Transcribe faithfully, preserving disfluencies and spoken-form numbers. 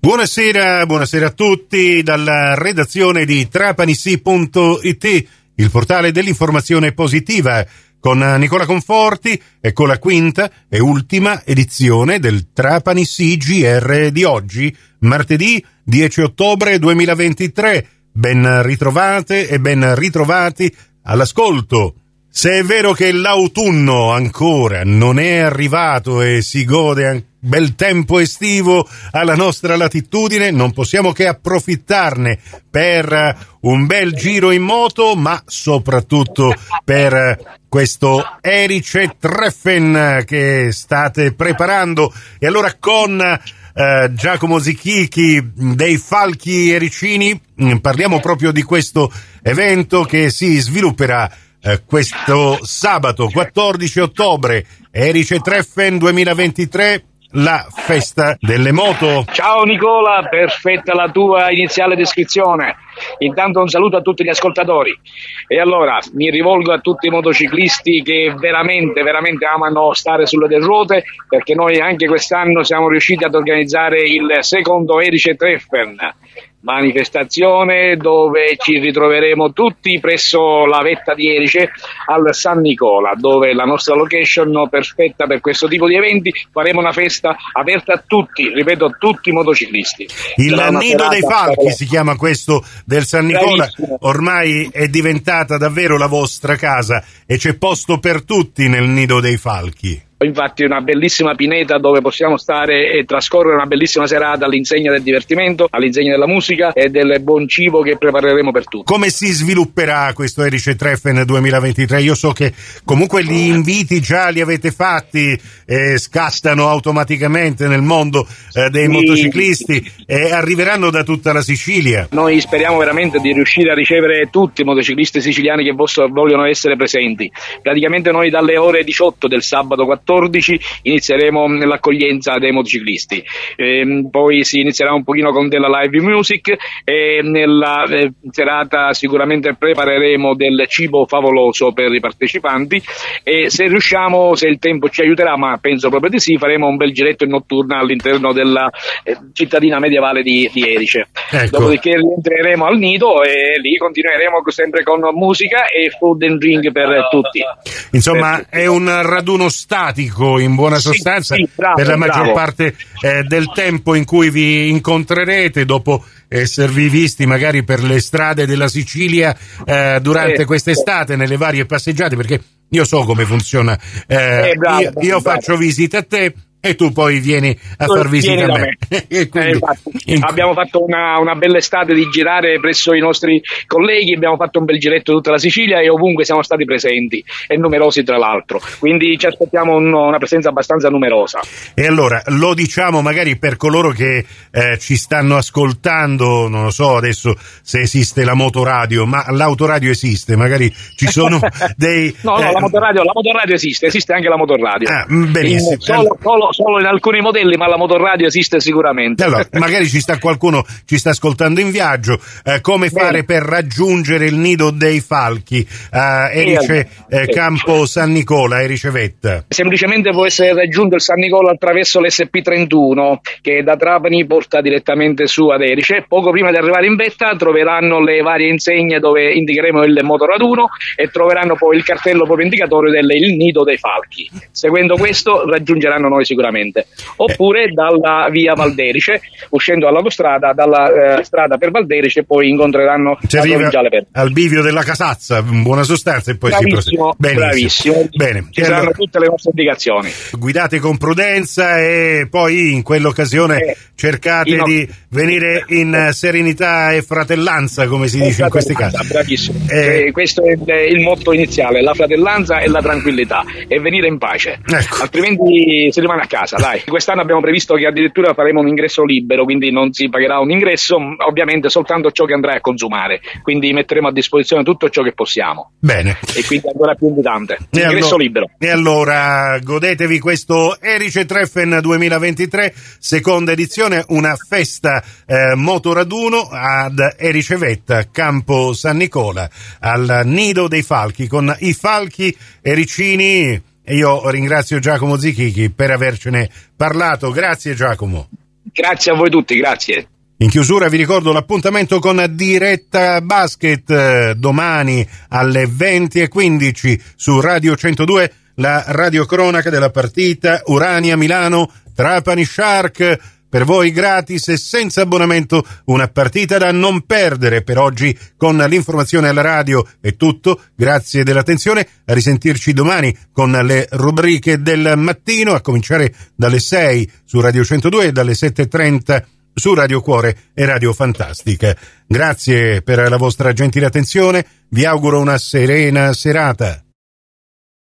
Buonasera, buonasera a tutti dalla redazione di Trapanissi punto it, il portale dell'informazione positiva, con Nicola Conforti e con la quinta e ultima edizione del Trapanissi G R di oggi, martedì dieci ottobre duemilaventitré. Ben ritrovate e ben ritrovati all'ascolto. Se è vero che l'autunno ancora non è arrivato e si gode un bel tempo estivo alla nostra latitudine, non possiamo che approfittarne per un bel giro in moto, ma soprattutto per questo Erice-Treffen che state preparando. E allora con eh, Giacomo Zichichi dei Falchi Ericini parliamo proprio di questo evento che si svilupperà Eh, questo sabato quattordici ottobre, Erice-Treffen duemilaventitré, la festa delle moto. Ciao Nicola, perfetta la tua iniziale descrizione. Intanto un saluto a tutti gli ascoltatori. E allora mi rivolgo a tutti i motociclisti che veramente, veramente amano stare sulle due ruote, perché noi anche quest'anno siamo riusciti ad organizzare il secondo Erice-Treffen, manifestazione dove ci ritroveremo tutti presso la vetta di Erice al San Nicola, dove la nostra location perfetta per questo tipo di eventi. Faremo una festa aperta a tutti, ripeto, a tutti i motociclisti. Il Nido dei Falchi si chiama questo del San Nicola. Bravissimo. Ormai è diventata davvero la vostra casa e c'è posto per tutti nel Nido dei Falchi. Infatti una bellissima pineta dove possiamo stare e trascorrere una bellissima serata all'insegna del divertimento, all'insegna della musica e del buon cibo che prepareremo per tutti. Come si svilupperà questo Erice-Treffen duemilaventitré? Io so che comunque gli inviti già li avete fatti e scattano automaticamente nel mondo eh, dei sì. motociclisti e arriveranno da tutta la Sicilia. Noi speriamo veramente di riuscire a ricevere tutti i motociclisti siciliani che vogliono essere presenti. Praticamente noi dalle ore diciotto del sabato quattordici inizieremo l'accoglienza dei motociclisti, e poi si inizierà un pochino con della live music e nella eh, serata sicuramente prepareremo del cibo favoloso per i partecipanti e se riusciamo, se il tempo ci aiuterà, ma penso proprio di sì, faremo un bel giretto in notturna all'interno della eh, cittadina medievale di, di Erice. Ecco. Dopodiché rientreremo al nido e lì continueremo sempre con musica e food and drink per tutti. Insomma, per tutti. È un raduno statico in buona sostanza, sì, sì, bravo, per la maggior bravo. parte eh, del tempo in cui vi incontrerete dopo esservi visti magari per le strade della Sicilia eh, durante eh, quest'estate, nelle varie passeggiate, perché io so come funziona. Eh, eh, bravo, io io bravo. faccio visita a te e tu poi vieni a tu far visita a me. me. e quindi, eh, infatti, in... Abbiamo fatto una, una bella estate di girare presso i nostri colleghi, abbiamo fatto un bel giretto tutta la Sicilia e ovunque siamo stati presenti e numerosi tra l'altro, quindi ci aspettiamo un, una presenza abbastanza numerosa. E allora lo diciamo magari per coloro che eh, ci stanno ascoltando, non lo so adesso se esiste la motoradio, ma l'autoradio esiste, magari ci sono dei no no eh... la motoradio la motoradio esiste esiste anche la motorradio. Ah, benissimo. In, solo, solo solo in alcuni modelli, ma la motorradio esiste sicuramente. Allora, magari ci sta qualcuno, ci sta ascoltando in viaggio, eh, come Bene. fare per raggiungere il Nido dei Falchi, eh, Erice eh, Campo San Nicola, Erice Vetta? Semplicemente può essere raggiunto il San Nicola attraverso l'S P trentuno, che da Trapani porta direttamente su ad Erice. Poco prima di arrivare in vetta troveranno le varie insegne dove indicheremo il motoraduno e troveranno poi il cartello proprio indicatorio del il Nido dei Falchi. Seguendo questo raggiungeranno noi sicuramente. Oppure eh. dalla via Valderice, uscendo dall'autostrada, dalla eh, strada per Valderice, poi incontreranno la provinciale per al bivio della Casazza, in buona sostanza, e poi bravissimo, si procede. Bravissimo. Bene. Ci saranno allora tutte le nostre indicazioni. Guidate con prudenza e poi in quell'occasione eh. cercate no. di venire in serenità e fratellanza, come si dice in questi casi. Bravissimo. Eh. Questo è il motto iniziale, la fratellanza e la tranquillità, e venire in pace. Ecco. Altrimenti si rimane a casa, dai. Quest'anno abbiamo previsto che addirittura faremo un ingresso libero, quindi non si pagherà un ingresso, ovviamente soltanto ciò che andrai a consumare, quindi metteremo a disposizione tutto ciò che possiamo. Bene. E quindi ancora più invitante. E ingresso allora, libero. E allora godetevi questo Erice-Treffen duemilaventitré, seconda edizione, una festa eh, motoraduno ad Erice Vetta, Campo San Nicola, al Nido dei Falchi, con i Falchi Ericini. E io ringrazio Giacomo Zichichi per avercene parlato. Grazie Giacomo. Grazie a voi tutti, grazie. In chiusura vi ricordo l'appuntamento con Diretta Basket eh, domani alle venti e quindici su Radio centodue, la radiocronaca della partita Urania Milano Trapani Shark. Per voi gratis e senza abbonamento, una partita da non perdere. Per oggi con l'informazione alla radio è tutto, grazie dell'attenzione, a risentirci domani con le rubriche del mattino, a cominciare dalle sei su Radio centodue e dalle sette e trenta su Radio Cuore e Radio Fantastica. Grazie per la vostra gentile attenzione, vi auguro una serena serata.